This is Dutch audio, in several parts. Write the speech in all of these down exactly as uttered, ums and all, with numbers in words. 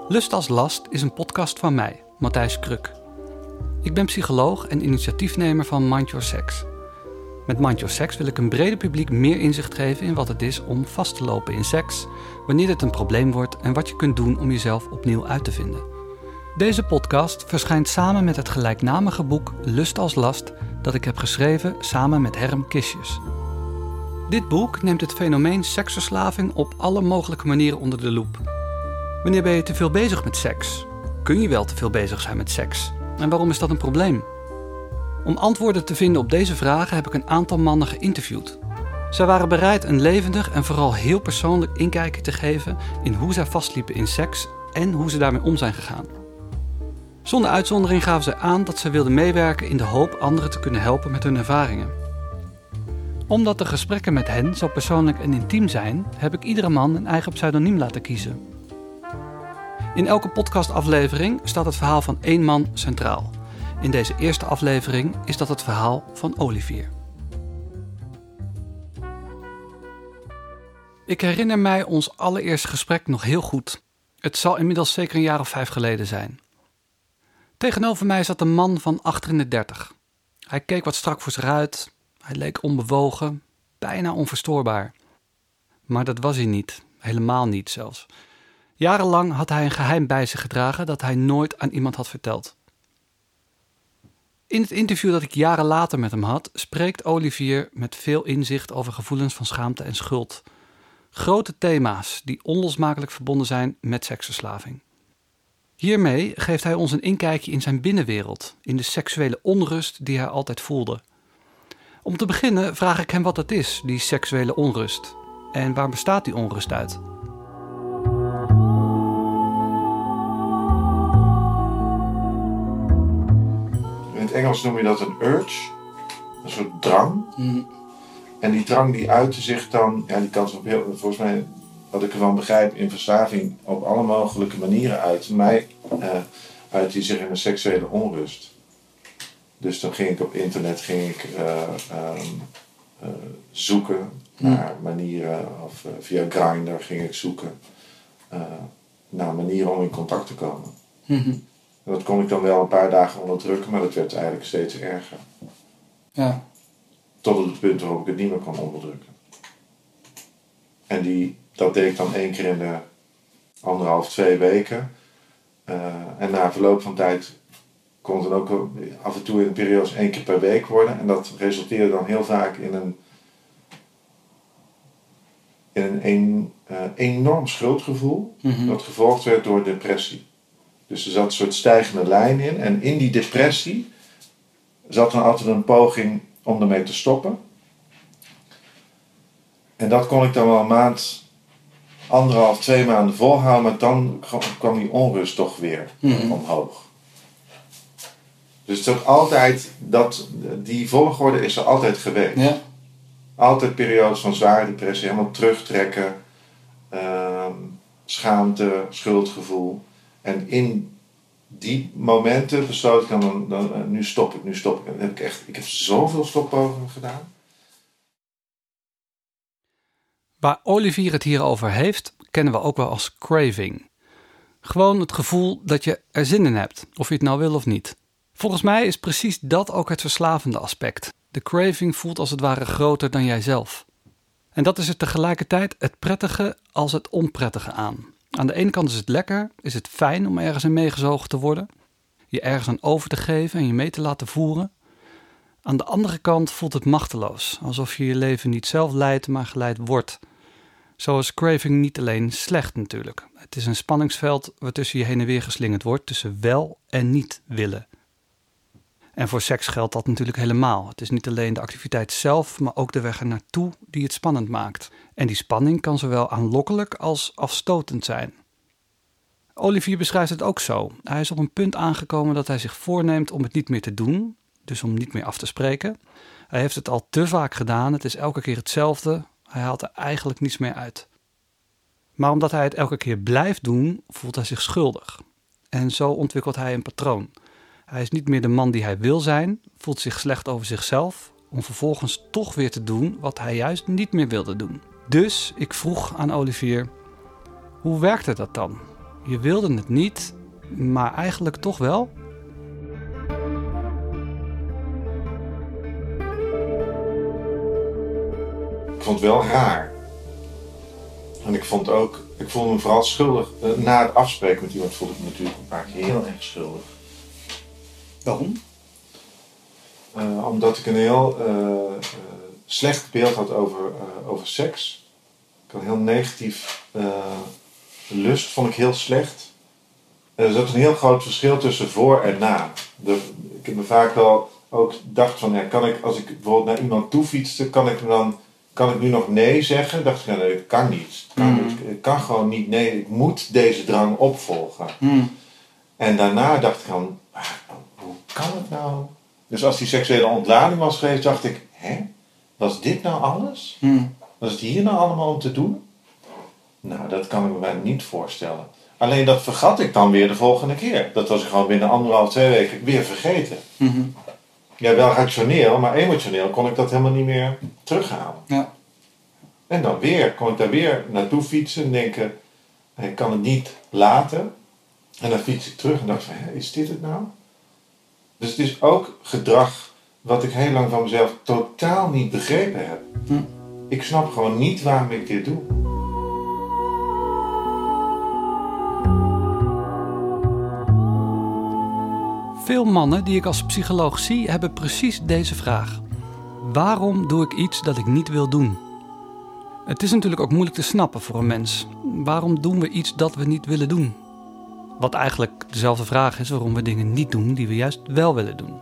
Lust als last is een podcast van mij, Matthijs Kruk. Ik ben psycholoog en initiatiefnemer van Mind Your Sex. Met Mind Your Sex wil ik een breder publiek meer inzicht geven in wat het is om vast te lopen in seks, wanneer het een probleem wordt en wat je kunt doen om jezelf opnieuw uit te vinden. Deze podcast verschijnt samen met het gelijknamige boek Lust als last dat ik heb geschreven samen met Herm Kistjes. Dit boek neemt het fenomeen seksverslaving op alle mogelijke manieren onder de loep. Wanneer ben je te veel bezig met seks? Kun je wel te veel bezig zijn met seks? En waarom is dat een probleem? Om antwoorden te vinden op deze vragen heb ik een aantal mannen geïnterviewd. Zij waren bereid een levendig en vooral heel persoonlijk inkijkje te geven in hoe zij vastliepen in seks en hoe ze daarmee om zijn gegaan. Zonder uitzondering gaven zij aan dat ze wilden meewerken in de hoop anderen te kunnen helpen met hun ervaringen. Omdat de gesprekken met hen zo persoonlijk en intiem zijn, heb ik iedere man een eigen pseudoniem laten kiezen. In elke podcastaflevering staat het verhaal van één man centraal. In deze eerste aflevering is dat het verhaal van Olivier. Ik herinner mij ons allereerste gesprek nog heel goed. Het zal inmiddels zeker een jaar of vijf geleden zijn. Tegenover mij zat een man van achter in de dertig. Hij keek wat strak voor zich uit. Hij leek onbewogen, bijna onverstoorbaar. Maar dat was hij niet, helemaal niet zelfs. Jarenlang had hij een geheim bij zich gedragen dat hij nooit aan iemand had verteld. In het interview dat ik jaren later met hem had, spreekt Olivier met veel inzicht over gevoelens van schaamte en schuld. Grote thema's die onlosmakelijk verbonden zijn met seksverslaving. Hiermee geeft hij ons een inkijkje in zijn binnenwereld, in de seksuele onrust die hij altijd voelde. Om te beginnen vraag ik hem wat het is, die seksuele onrust. En waar bestaat die onrust uit? In het Engels noem je dat een urge, een soort drang. Mm. En die drang die uitte zich dan, ja, die kan zich op heel, volgens mij, wat ik ervan begrijp, in verslaving op alle mogelijke manieren uit. Mij uh, uit die zich in een seksuele onrust. Dus dan ging ik op internet ging ik, uh, um, uh, zoeken mm. naar manieren, of uh, via Grindr ging ik zoeken uh, naar manieren om in contact te komen. Mm-hmm. En dat kon ik dan wel een paar dagen onderdrukken, maar dat werd eigenlijk steeds erger. Ja. Tot op het punt waarop ik het niet meer kon onderdrukken. En die, dat deed ik dan één keer in de anderhalf, twee weken. Uh, en na verloop van tijd kon het dan ook af en toe in periodes één keer per week worden. En dat resulteerde dan heel vaak in een, in een, een uh, enorm schuldgevoel. Mm-hmm. Dat gevolgd werd door depressie. Dus er zat een soort stijgende lijn in. En in die depressie zat dan altijd een poging om ermee te stoppen. En dat kon ik dan wel een maand, anderhalf, twee maanden volhouden. Maar dan kwam die onrust toch weer mm-hmm. omhoog. Dus dat altijd, dat, die volgorde is er altijd geweest. Ja. Altijd periodes van zware depressie, helemaal terugtrekken. Uh, schaamte, schuldgevoel. En in die momenten besloot ik dan, dan, dan nu stop ik, nu stop ik. En dan heb ik echt, ik heb zoveel stoppogingen gedaan. Waar Olivier het hier over heeft, kennen we ook wel als craving. Gewoon het gevoel dat je er zin in hebt, of je het nou wil of niet. Volgens mij is precies dat ook het verslavende aspect. De craving voelt als het ware groter dan jijzelf. En dat is er tegelijkertijd het prettige als het onprettige aan. Aan de ene kant is het lekker, is het fijn om ergens in meegezogen te worden, je ergens aan over te geven en je mee te laten voeren. Aan de andere kant voelt het machteloos, alsof je je leven niet zelf leidt, maar geleid wordt. Zo is craving niet alleen slecht natuurlijk. Het is een spanningsveld waartussen je heen en weer geslingerd wordt, tussen wel en niet willen. En voor seks geldt dat natuurlijk helemaal. Het is niet alleen de activiteit zelf, maar ook de weg er naartoe die het spannend maakt. En die spanning kan zowel aanlokkelijk als afstotend zijn. Olivier beschrijft het ook zo. Hij is op een punt aangekomen dat hij zich voorneemt om het niet meer te doen, dus om niet meer af te spreken. Hij heeft het al te vaak gedaan, het is elke keer hetzelfde. Hij haalt er eigenlijk niets meer uit. Maar omdat hij het elke keer blijft doen, voelt hij zich schuldig. En zo ontwikkelt hij een patroon. Hij is niet meer de man die hij wil zijn, voelt zich slecht over zichzelf, om vervolgens toch weer te doen wat hij juist niet meer wilde doen. Dus ik vroeg aan Olivier, hoe werkte dat dan? Je wilde het niet, maar eigenlijk toch wel? Ik vond het wel raar. En ik vond ook, ik voelde me vooral schuldig. Na het afspreken met iemand voelde ik me natuurlijk een paar keer heel erg schuldig. Waarom? Uh, omdat ik een heel uh, uh, slecht beeld had over, uh, over seks. Ik had een heel negatief uh, lust, vond ik heel slecht. Uh, er zat een heel groot verschil tussen voor en na. De, ik heb me vaak wel ook gedacht van, ja, kan ik, als ik bijvoorbeeld naar iemand toe fietste, kan ik me dan, kan ik nu nog nee zeggen? Dacht ik, nou, nee, dat kan niet. Ik kan, Mm. ik, ik kan gewoon niet nee, ik moet deze drang opvolgen. Mm. En daarna dacht ik dan, ah, hoe kan het nou? Dus als die seksuele ontlading was geweest, dacht ik, hè? Was dit nou alles? Mm. Was het hier nou allemaal om te doen? Nou, dat kan ik me bijna niet voorstellen. Alleen dat vergat ik dan weer de volgende keer. Dat was ik gewoon binnen anderhalf, twee weken weer vergeten. Mm-hmm. Ja, wel rationeel, maar emotioneel kon ik dat helemaal niet meer terughalen. Ja. En dan weer, kon ik daar weer naartoe fietsen en denken, ik kan het niet laten. En dan fiets ik terug en dacht van, hè, is dit het nou? Dus het is ook gedrag wat ik heel lang van mezelf totaal niet begrepen heb. Hm. Ik snap gewoon niet waarom ik dit doe. Veel mannen die ik als psycholoog zie, hebben precies deze vraag. Waarom doe ik iets dat ik niet wil doen? Het is natuurlijk ook moeilijk te snappen voor een mens. Waarom doen we iets dat we niet willen doen? Wat eigenlijk dezelfde vraag is waarom we dingen niet doen die we juist wel willen doen.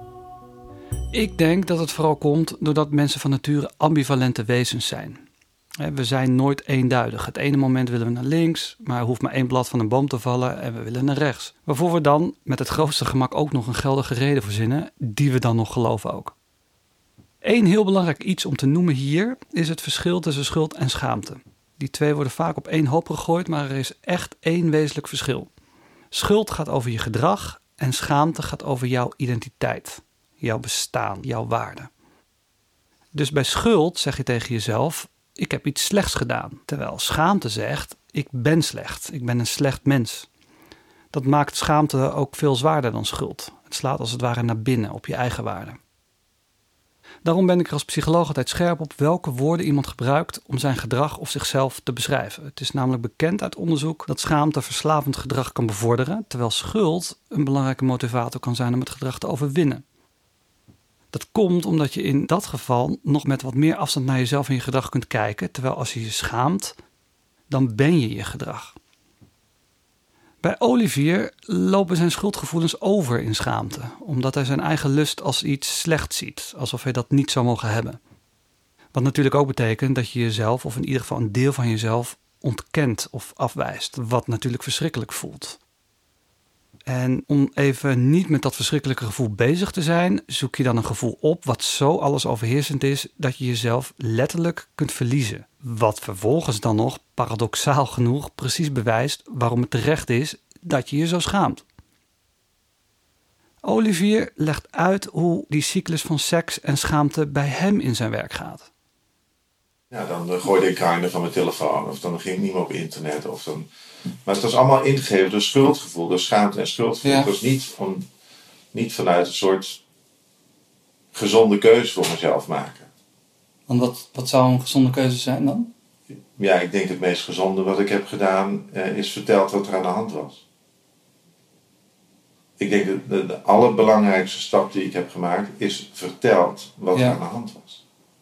Ik denk dat het vooral komt doordat mensen van nature ambivalente wezens zijn. We zijn nooit eenduidig. Het ene moment willen we naar links, maar er hoeft maar één blad van een boom te vallen en we willen naar rechts. Waarvoor we dan met het grootste gemak ook nog een geldige reden verzinnen, die we dan nog geloven ook. Eén heel belangrijk iets om te noemen hier is het verschil tussen schuld en schaamte. Die twee worden vaak op één hoop gegooid, maar er is echt één wezenlijk verschil. Schuld gaat over je gedrag en schaamte gaat over jouw identiteit, jouw bestaan, jouw waarde. Dus bij schuld zeg je tegen jezelf, ik heb iets slechts gedaan. Terwijl schaamte zegt, ik ben slecht, ik ben een slecht mens. Dat maakt schaamte ook veel zwaarder dan schuld. Het slaat als het ware naar binnen op je eigen waarde. Daarom ben ik er als psycholoog altijd scherp op welke woorden iemand gebruikt om zijn gedrag of zichzelf te beschrijven. Het is namelijk bekend uit onderzoek dat schaamte verslavend gedrag kan bevorderen, terwijl schuld een belangrijke motivator kan zijn om het gedrag te overwinnen. Dat komt omdat je in dat geval nog met wat meer afstand naar jezelf en je gedrag kunt kijken, terwijl als je je schaamt, dan ben je je gedrag. Bij Olivier lopen zijn schuldgevoelens over in schaamte, omdat hij zijn eigen lust als iets slechts ziet, alsof hij dat niet zou mogen hebben. Wat natuurlijk ook betekent dat je jezelf, of in ieder geval een deel van jezelf, ontkent of afwijst, wat natuurlijk verschrikkelijk voelt. En om even niet met dat verschrikkelijke gevoel bezig te zijn, zoek je dan een gevoel op wat zo alles overheersend is dat je jezelf letterlijk kunt verliezen. Wat vervolgens dan nog, paradoxaal genoeg, precies bewijst waarom het terecht is dat je je zo schaamt. Olivier legt uit hoe die cyclus van seks en schaamte bij hem in zijn werk gaat. Ja, dan uh, gooide ik einde van mijn telefoon of dan ging ik niet meer op internet. Of dan... Maar het was allemaal ingegeven door schuldgevoel, door schaamte en schuldgevoel. Ja. Het was niet, om, niet vanuit een soort gezonde keuze voor mezelf maken. Want wat, wat zou een gezonde keuze zijn dan? Ja, ik denk het meest gezonde wat ik heb gedaan uh, is verteld wat er aan de hand was. Ik denk dat de, de allerbelangrijkste stap die ik heb gemaakt is verteld wat Ja. er aan de hand was.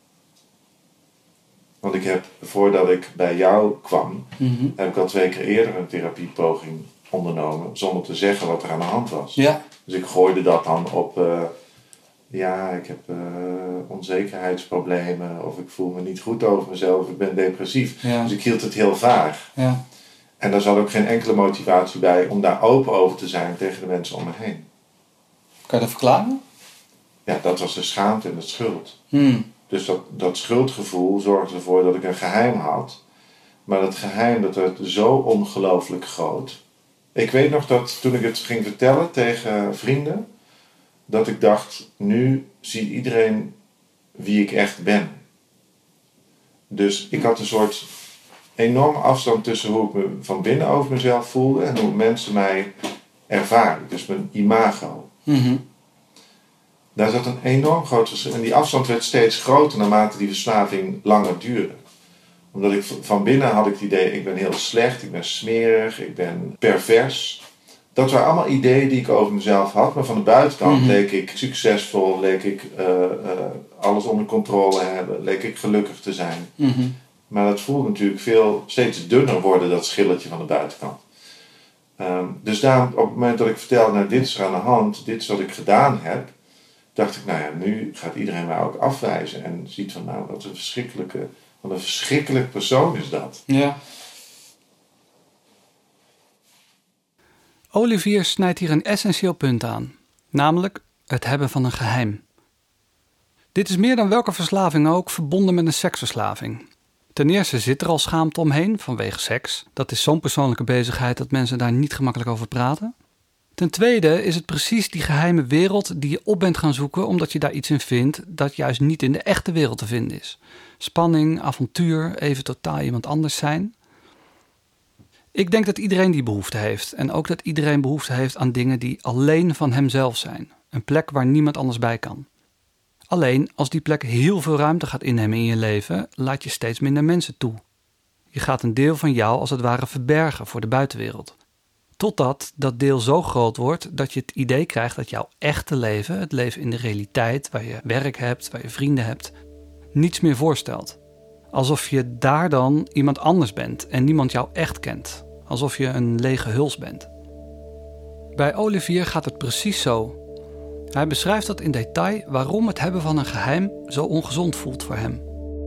Want ik heb, voordat ik bij jou kwam, Mm-hmm. heb ik al twee keer eerder een therapiepoging ondernomen, zonder te zeggen wat er aan de hand was. Ja. Dus ik gooide dat dan op, uh, ja, ik heb uh, onzekerheidsproblemen, of ik voel me niet goed over mezelf, ik ben depressief. Ja. Dus ik hield het heel vaag. Ja. En daar zat ook geen enkele motivatie bij om daar open over te zijn tegen de mensen om me heen. Kan je dat verklaren? Ja, dat was de schaamte en de schuld. Hmm. Dus dat, dat schuldgevoel zorgde ervoor dat ik een geheim had. Maar dat geheim, dat werd zo ongelooflijk groot. Ik weet nog dat toen ik het ging vertellen tegen vrienden, dat ik dacht, nu ziet iedereen wie ik echt ben. Dus ik had een soort enorme afstand tussen hoe ik me van binnen over mezelf voelde en hoe mensen mij ervaren. Dus mijn imago. Mm-hmm. Daar zat een enorm groot verschil. En die afstand werd steeds groter naarmate die verslaving langer duurde. Omdat ik van binnen had ik het idee, ik ben heel slecht, ik ben smerig, ik ben pervers. Dat waren allemaal ideeën die ik over mezelf had. Maar van de buitenkant mm-hmm. leek ik succesvol, leek ik uh, uh, alles onder controle hebben, leek ik gelukkig te zijn. Mm-hmm. Maar dat voelde natuurlijk veel steeds dunner worden, dat schilletje van de buitenkant. Um, dus daarom, op het moment dat ik vertelde, nou dit is er aan de hand, dit is wat ik gedaan heb, dacht ik, nou ja, nu gaat iedereen mij ook afwijzen. En ziet van, nou, wat een verschrikkelijke, wat een verschrikkelijk persoon is dat. Ja. Olivier snijdt hier een essentieel punt aan, namelijk het hebben van een geheim. Dit is meer dan welke verslaving ook verbonden met een seksverslaving. Ten eerste zit er al schaamte omheen vanwege seks. Dat is zo'n persoonlijke bezigheid dat mensen daar niet gemakkelijk over praten. Ten tweede is het precies die geheime wereld die je op bent gaan zoeken omdat je daar iets in vindt dat juist niet in de echte wereld te vinden is. Spanning, avontuur, even totaal iemand anders zijn. Ik denk dat iedereen die behoefte heeft en ook dat iedereen behoefte heeft aan dingen die alleen van hemzelf zijn. Een plek waar niemand anders bij kan. Alleen als die plek heel veel ruimte gaat innemen in je leven, laat je steeds minder mensen toe. Je gaat een deel van jou als het ware verbergen voor de buitenwereld. Totdat dat deel zo groot wordt dat je het idee krijgt dat jouw echte leven, het leven in de realiteit, waar je werk hebt, waar je vrienden hebt, niets meer voorstelt. Alsof je daar dan iemand anders bent en niemand jou echt kent. Alsof je een lege huls bent. Bij Olivier gaat het precies zo. Hij beschrijft dat in detail waarom het hebben van een geheim zo ongezond voelt voor hem.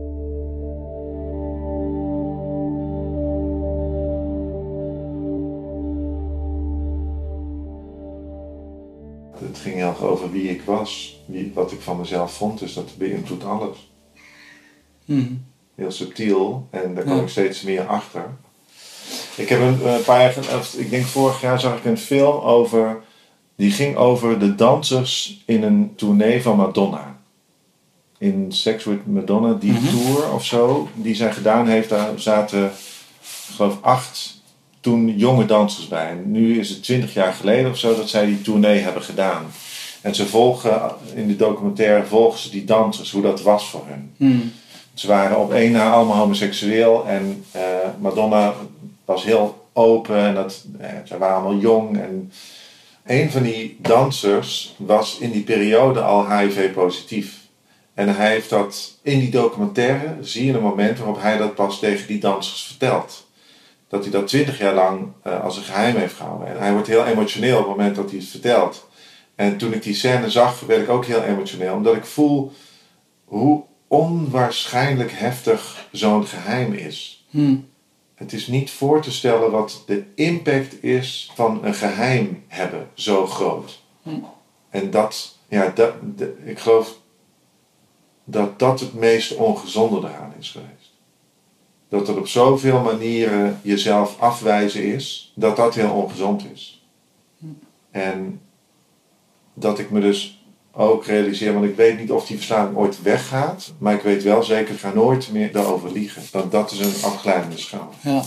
Het ging heel erg over wie ik was, wie, wat ik van mezelf vond, dus dat beïnvloedt alles. Mm. Heel subtiel en daar kom Ja. ik steeds meer achter. Ik heb een, een paar jaar geleden, ik denk vorig jaar zag ik een film over, die ging over de dansers in een tournee van Madonna. In Sex with Madonna, die Mm-hmm. tour of zo, die zij gedaan heeft, daar zaten, ik geloof acht toen jonge dansers bij. En nu is het twintig jaar geleden of zo dat zij die tournee hebben gedaan. En ze volgen, in de documentaire volgen ze die dansers, hoe dat was voor hen. Mm. Ze waren op één na allemaal homoseksueel en uh, Madonna was heel open en dat, uh, ze waren allemaal jong. En een van die dansers was in die periode al H I V-positief. En hij heeft dat in die documentaire, zie je een moment waarop hij dat pas tegen die dansers vertelt. Dat hij dat twintig jaar lang uh, als een geheim heeft gehouden. En hij wordt heel emotioneel op het moment dat hij het vertelt. En toen ik die scène zag, werd ik ook heel emotioneel. Omdat ik voel hoe onwaarschijnlijk heftig zo'n geheim is. Mm. Het is niet voor te stellen wat de impact is van een geheim hebben, zo groot. Mm. En dat, ja, dat, de, ik geloof dat dat het meest ongezonde eraan is geweest. Dat er op zoveel manieren jezelf afwijzen is, dat dat heel ongezond is. Mm. En dat ik me dus ook realiseer, want ik weet niet of die verslaving ooit weggaat, maar ik weet wel zeker, ik ga nooit meer daarover liegen. Want dat is een afglijdende schaal. Ja.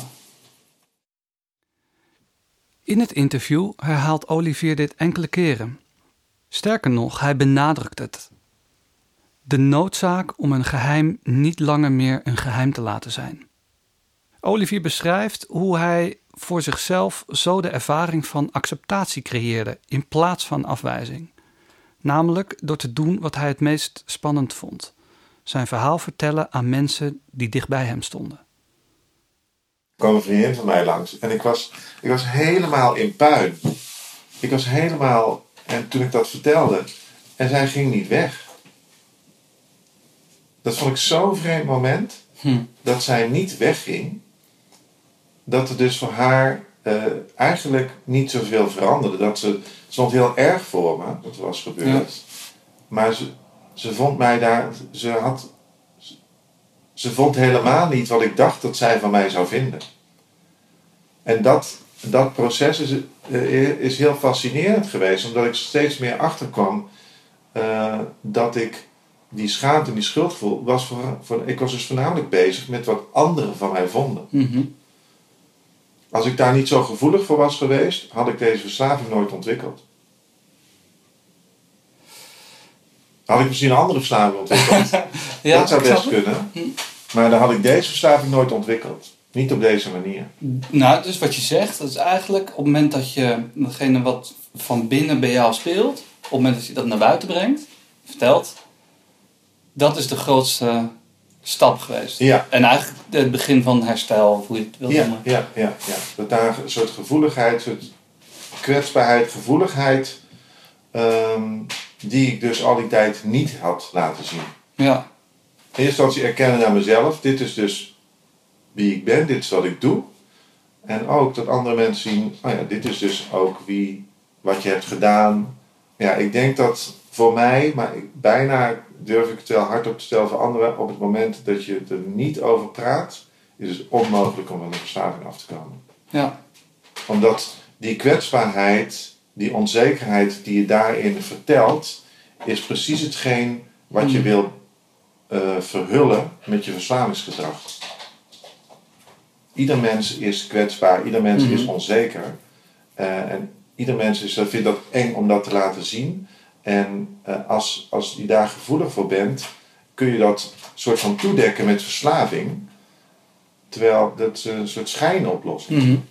In het interview herhaalt Olivier dit enkele keren. Sterker nog, hij benadrukt het. De noodzaak om een geheim niet langer meer een geheim te laten zijn. Olivier beschrijft hoe hij voor zichzelf zo de ervaring van acceptatie creëerde in plaats van afwijzing. Namelijk door te doen wat hij het meest spannend vond. Zijn verhaal vertellen aan mensen die dicht bij hem stonden. Er kwam een vriendin van mij langs en ik was, ik was helemaal in puin. Ik was helemaal, en toen ik dat vertelde, en zij ging niet weg. Dat vond ik zo'n vreemd moment, Hm. dat zij niet wegging. Dat er dus voor haar uh, eigenlijk niet zoveel veranderde. Dat ze stond heel erg voor me, dat was gebeurd. Ja. Maar ze, ze vond mij daar, ze had, ze vond helemaal niet wat ik dacht dat zij van mij zou vinden. En dat, dat proces is, uh, is heel fascinerend geweest, omdat ik steeds meer achterkwam uh, dat ik die schaamte en die schuldgevoel was voor, voor... Ik was dus voornamelijk bezig met wat anderen van mij vonden. Mm-hmm. Als ik daar niet zo gevoelig voor was geweest, had ik deze verslaving nooit ontwikkeld. Had ik misschien een andere verslaving ontwikkeld. Ja, dat zou ik snap best het. kunnen. Maar dan had ik deze verslaving nooit ontwikkeld. Niet op deze manier. Nou, dus wat je zegt, dat is eigenlijk op het moment dat je datgene wat van binnen bij jou speelt, op het moment dat je dat naar buiten brengt, vertelt, dat is de grootste stap geweest. Ja. En eigenlijk het begin van herstel, of hoe je het wil Ja, noemen. ja, ja, ja. Dat daar een soort gevoeligheid, een soort kwetsbaarheid, gevoeligheid, um, die ik dus al die tijd niet had laten zien. Ja. In eerste instantie erkennen naar mezelf, dit is dus wie ik ben, dit is wat ik doe. En ook dat andere mensen zien, oh ja, dit is dus ook wie, wat je hebt gedaan. Ja, ik denk dat voor mij, maar ik, bijna durf ik het wel hardop te stellen voor anderen, op het moment dat je er niet over praat, is het onmogelijk om van de verslaving af te komen. Ja. Omdat die kwetsbaarheid, die onzekerheid die je daarin vertelt, is precies hetgeen wat je Mm. wil uh, verhullen met je verslavingsgedrag. Ieder mens is kwetsbaar, ieder mens Mm. is onzeker. Uh, en ieder mens is, vindt dat eng om dat te laten zien. En uh, als, als je daar gevoelig voor bent, kun je dat soort van toedekken met verslaving. Terwijl dat is een soort schijnoplossing. Mm-hmm.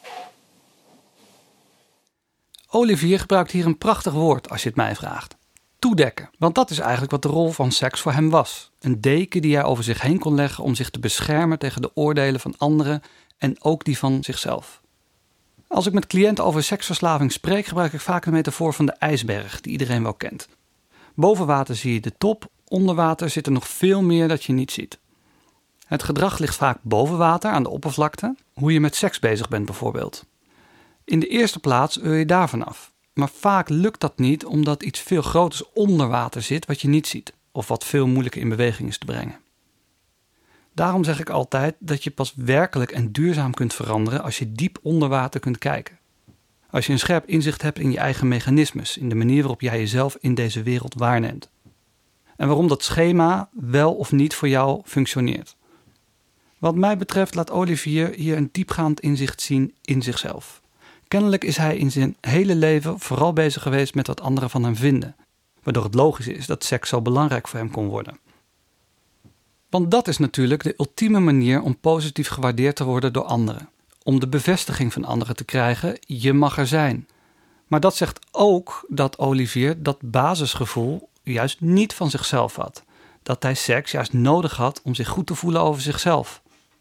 Olivier gebruikt hier een prachtig woord als je het mij vraagt. Toedekken. Want dat is eigenlijk wat de rol van seks voor hem was. Een deken die hij over zich heen kon leggen om zich te beschermen tegen de oordelen van anderen en ook die van zichzelf. Als ik met cliënten over seksverslaving spreek, gebruik ik vaak de metafoor van de ijsberg, die iedereen wel kent. Boven water zie je de top, onder water zit er nog veel meer dat je niet ziet. Het gedrag ligt vaak boven water, aan de oppervlakte, hoe je met seks bezig bent bijvoorbeeld. In de eerste plaats wil je daarvan af. Maar vaak lukt dat niet omdat iets veel groters onder water zit wat je niet ziet. Of wat veel moeilijker in beweging is te brengen. Daarom zeg ik altijd dat je pas werkelijk en duurzaam kunt veranderen als je diep onder water kunt kijken. Als je een scherp inzicht hebt in je eigen mechanismes, in de manier waarop jij jezelf in deze wereld waarneemt. En waarom dat schema wel of niet voor jou functioneert. Wat mij betreft laat Olivier hier een diepgaand inzicht zien in zichzelf. Kennelijk is hij in zijn hele leven vooral bezig geweest met wat anderen van hem vinden. Waardoor het logisch is dat seks zo belangrijk voor hem kon worden. Want dat is natuurlijk de ultieme manier om positief gewaardeerd te worden door anderen. Om de bevestiging van anderen te krijgen, je mag er zijn. Maar dat zegt ook dat Olivier dat basisgevoel juist niet van zichzelf had. Dat hij seks juist nodig had om zich goed te voelen over zichzelf.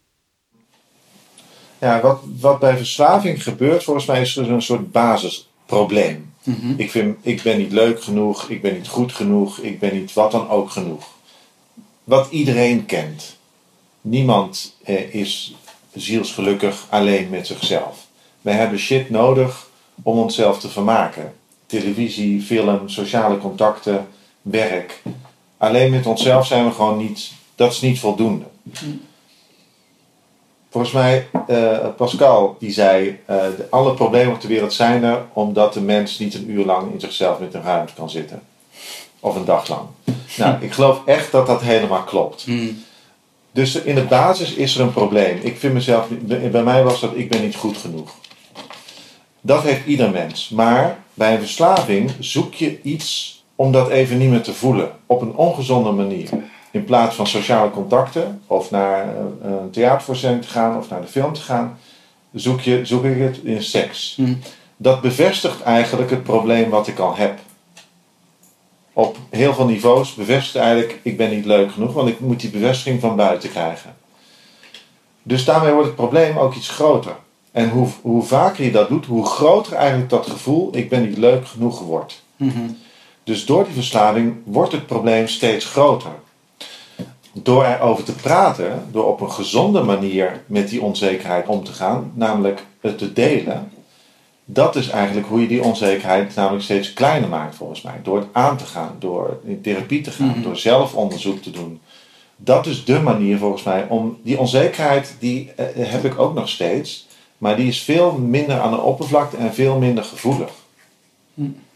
Ja, wat, wat bij verslaving gebeurt, volgens mij is er een soort basisprobleem. Mm-hmm. Ik vind, ik ben niet leuk genoeg, ik ben niet goed genoeg, ik ben niet wat dan ook genoeg. Wat iedereen kent. Niemand eh, is zielsgelukkig alleen met zichzelf. Wij hebben shit nodig om onszelf te vermaken. Televisie, film, sociale contacten, werk. Alleen met onszelf zijn we gewoon niet, dat is niet voldoende. Mm. Volgens mij, uh, Pascal, die zei, uh, de, alle problemen op de wereld zijn er omdat de mens niet een uur lang in zichzelf met een ruimte kan zitten. Of een dag lang. Nou, ik geloof echt dat dat helemaal klopt. Mm. Dus in de basis is er een probleem. Ik vind mezelf, bij mij was dat, ik ben niet goed genoeg. Dat heeft ieder mens. Maar bij een verslaving zoek je iets om dat even niet meer te voelen. Op een ongezonde manier. In plaats van sociale contacten of naar een theatervoorstelling te gaan of naar de film te gaan, zoek, je, zoek ik het in seks. Mm. Dat bevestigt eigenlijk het probleem wat ik al heb. Op heel veel niveaus bevestigt eigenlijk, ik ben niet leuk genoeg, want ik moet die bevestiging van buiten krijgen. Dus daarmee wordt het probleem ook iets groter. En hoe, hoe vaker je dat doet, hoe groter eigenlijk dat gevoel, ik ben niet leuk genoeg wordt. Mm-hmm. Dus door die verslaving wordt het probleem steeds groter. Door erover te praten, door op een gezonde manier met die onzekerheid om te gaan, namelijk het te delen, dat is eigenlijk hoe je die onzekerheid namelijk steeds kleiner maakt volgens mij. Door het aan te gaan, door in therapie te gaan, Mm-hmm. door zelfonderzoek te doen. Dat is de manier volgens mij om die onzekerheid, die eh, heb ik ook nog steeds, maar die is veel minder aan de oppervlakte en veel minder gevoelig. Mm.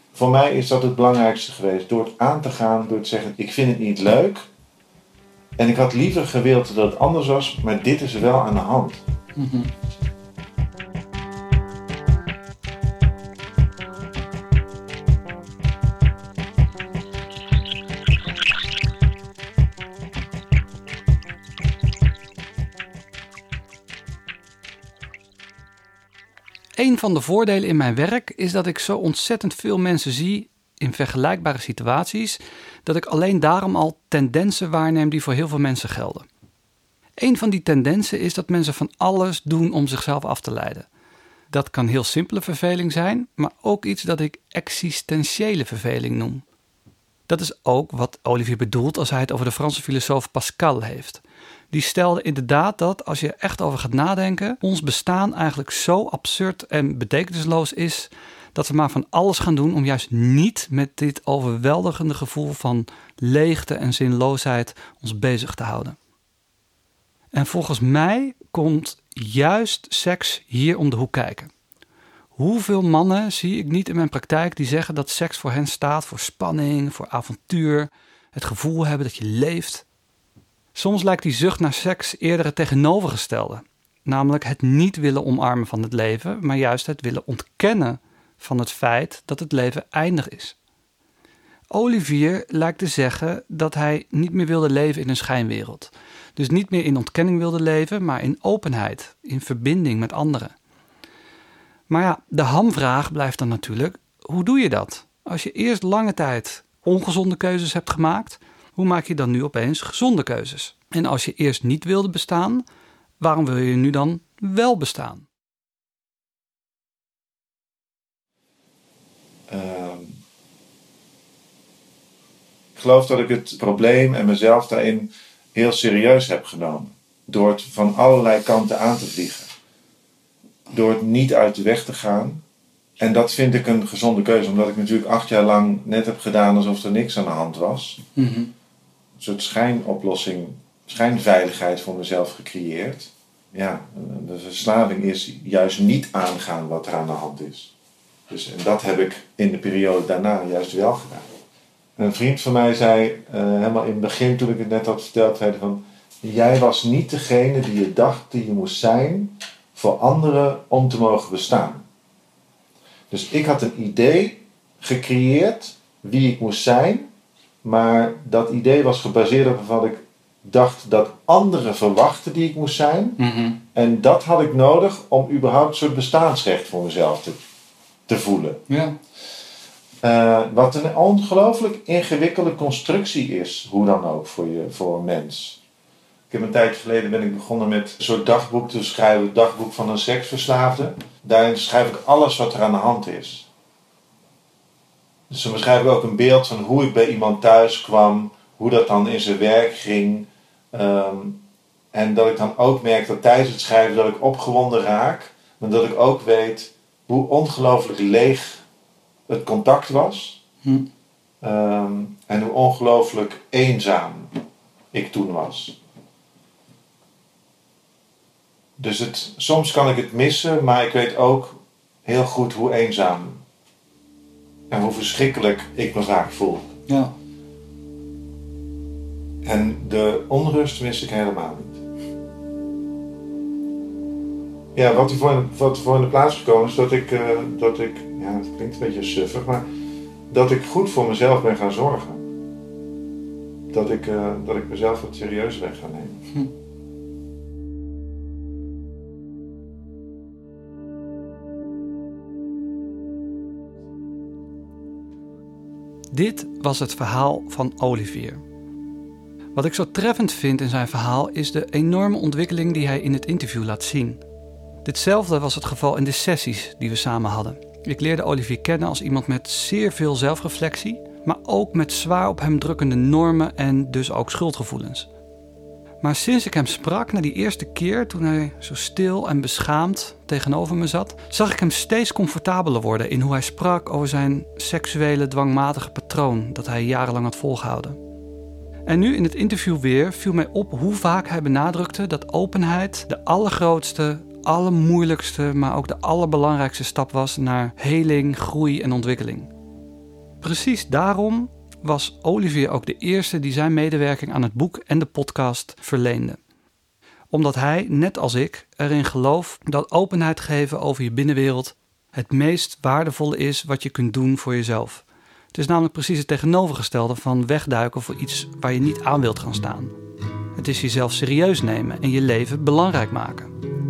voor mij is dat het belangrijkste geweest. Door het aan te gaan, door te zeggen, ik vind het niet leuk. En ik had liever gewild dat het anders was, maar dit is er wel aan de hand. Mm-hmm. Een van de voordelen in mijn werk is dat ik zo ontzettend veel mensen zie in vergelijkbare situaties, dat ik alleen daarom al tendensen waarneem die voor heel veel mensen gelden. Een van die tendensen is dat mensen van alles doen om zichzelf af te leiden. Dat kan heel simpele verveling zijn, maar ook iets dat ik existentiële verveling noem. Dat is ook wat Olivier bedoelt als hij het over de Franse filosoof Pascal heeft. Die stelde inderdaad dat, als je echt over gaat nadenken, ons bestaan eigenlijk zo absurd en betekenisloos is, dat we maar van alles gaan doen om juist niet met dit overweldigende gevoel van leegte en zinloosheid ons bezig te houden. En volgens mij komt juist seks hier om de hoek kijken. Hoeveel mannen zie ik niet in mijn praktijk die zeggen dat seks voor hen staat voor spanning, voor avontuur, het gevoel hebben dat je leeft. Soms lijkt die zucht naar seks eerder het tegenovergestelde. Namelijk het niet willen omarmen van het leven, maar juist het willen ontkennen van het feit dat het leven eindig is. Olivier lijkt te zeggen dat hij niet meer wilde leven in een schijnwereld. Dus niet meer in ontkenning wilde leven, maar in openheid, in verbinding met anderen. Maar ja, de hamvraag blijft dan natuurlijk, hoe doe je dat? Als je eerst lange tijd ongezonde keuzes hebt gemaakt, hoe maak je dan nu opeens gezonde keuzes? En als je eerst niet wilde bestaan, waarom wil je nu dan wel bestaan? Uh, ik geloof dat ik het probleem en mezelf daarin heel serieus heb genomen. Door het van allerlei kanten aan te vliegen. Door het niet uit de weg te gaan. En dat vind ik een gezonde keuze, omdat ik natuurlijk acht jaar lang net heb gedaan alsof er niks aan de hand was. Mm-hmm. Een soort schijnoplossing, schijnveiligheid voor mezelf gecreëerd. Ja, de verslaving is juist niet aangaan wat er aan de hand is. Dus, en dat heb ik in de periode daarna juist wel gedaan. En een vriend van mij zei, uh, helemaal in het begin toen ik het net had verteld, zei hij van, jij was niet degene die je dacht die je moest zijn voor anderen om te mogen bestaan. Dus ik had een idee gecreëerd wie ik moest zijn, maar dat idee was gebaseerd op wat ik dacht dat anderen verwachten die ik moest zijn. Mm-hmm. En dat had ik nodig om überhaupt een soort bestaansrecht voor mezelf te, te voelen. Ja. Uh, wat een ongelooflijk ingewikkelde constructie is, hoe dan ook, voor, je, voor een mens. Ik heb een tijd geleden ben ik begonnen met een soort dagboek te schrijven, het dagboek van een seksverslaafde. Daarin schrijf ik alles wat er aan de hand is. Dus dan beschrijf ik ook een beeld van hoe ik bij iemand thuis kwam, hoe dat dan in zijn werk ging. Um, en dat ik dan ook merk dat tijdens het schrijven dat ik opgewonden raak, maar dat ik ook weet hoe ongelooflijk leeg het contact was. Hm. Um, en hoe ongelooflijk eenzaam ik toen was. Dus het, soms kan ik het missen, maar ik weet ook heel goed hoe eenzaam en hoe verschrikkelijk ik me vaak voel. Ja. En de onrust mis ik helemaal niet. Ja, wat er voor, wat er voor in de plaats gekomen is dat ik, uh, dat ik, ja, het klinkt een beetje suffig, maar dat ik goed voor mezelf ben gaan zorgen. Dat ik, uh, dat ik mezelf wat serieus ben gaan nemen. Hm. Dit was het verhaal van Olivier. Wat ik zo treffend vind in zijn verhaal is de enorme ontwikkeling die hij in het interview laat zien. Ditzelfde was het geval in de sessies die we samen hadden. Ik leerde Olivier kennen als iemand met zeer veel zelfreflectie, maar ook met zwaar op hem drukkende normen en dus ook schuldgevoelens. Maar sinds ik hem sprak, na die eerste keer toen hij zo stil en beschaamd tegenover me zat, zag ik hem steeds comfortabeler worden in hoe hij sprak over zijn seksuele dwangmatige patroon dat hij jarenlang had volgehouden. En nu in het interview weer viel mij op hoe vaak hij benadrukte dat openheid de allergrootste, allermoeilijkste, maar ook de allerbelangrijkste stap was naar heling, groei en ontwikkeling. Precies daarom was Olivier ook de eerste die zijn medewerking aan het boek en de podcast verleende. Omdat hij, net als ik, erin gelooft dat openheid geven over je binnenwereld het meest waardevolle is wat je kunt doen voor jezelf. Het is namelijk precies het tegenovergestelde van wegduiken voor iets waar je niet aan wilt gaan staan. Het is jezelf serieus nemen en je leven belangrijk maken.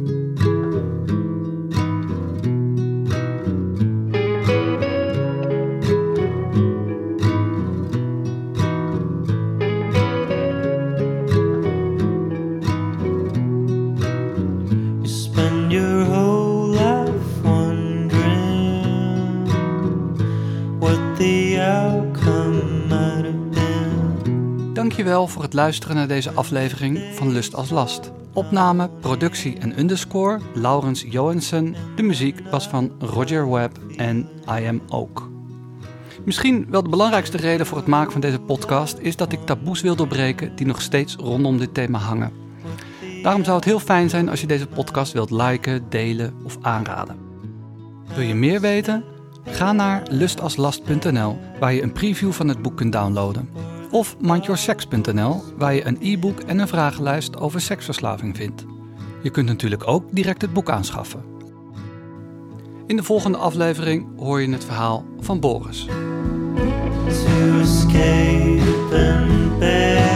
Dankjewel voor het luisteren naar deze aflevering van Lust als Last. Opname, productie en underscore Laurens Johansen. De muziek was van Roger Webb en I Am Ook. Misschien wel de belangrijkste reden voor het maken van deze podcast is dat ik taboes wil doorbreken die nog steeds rondom dit thema hangen. Daarom zou het heel fijn zijn als je deze podcast wilt liken, delen of aanraden. Wil je meer weten? Ga naar lustalslast punt n l waar je een preview van het boek kunt downloaden. Of mindyoursex punt n l waar je een e-book en een vragenlijst over seksverslaving vindt. Je kunt natuurlijk ook direct het boek aanschaffen. In de volgende aflevering hoor je het verhaal van Boris. To escape and bear.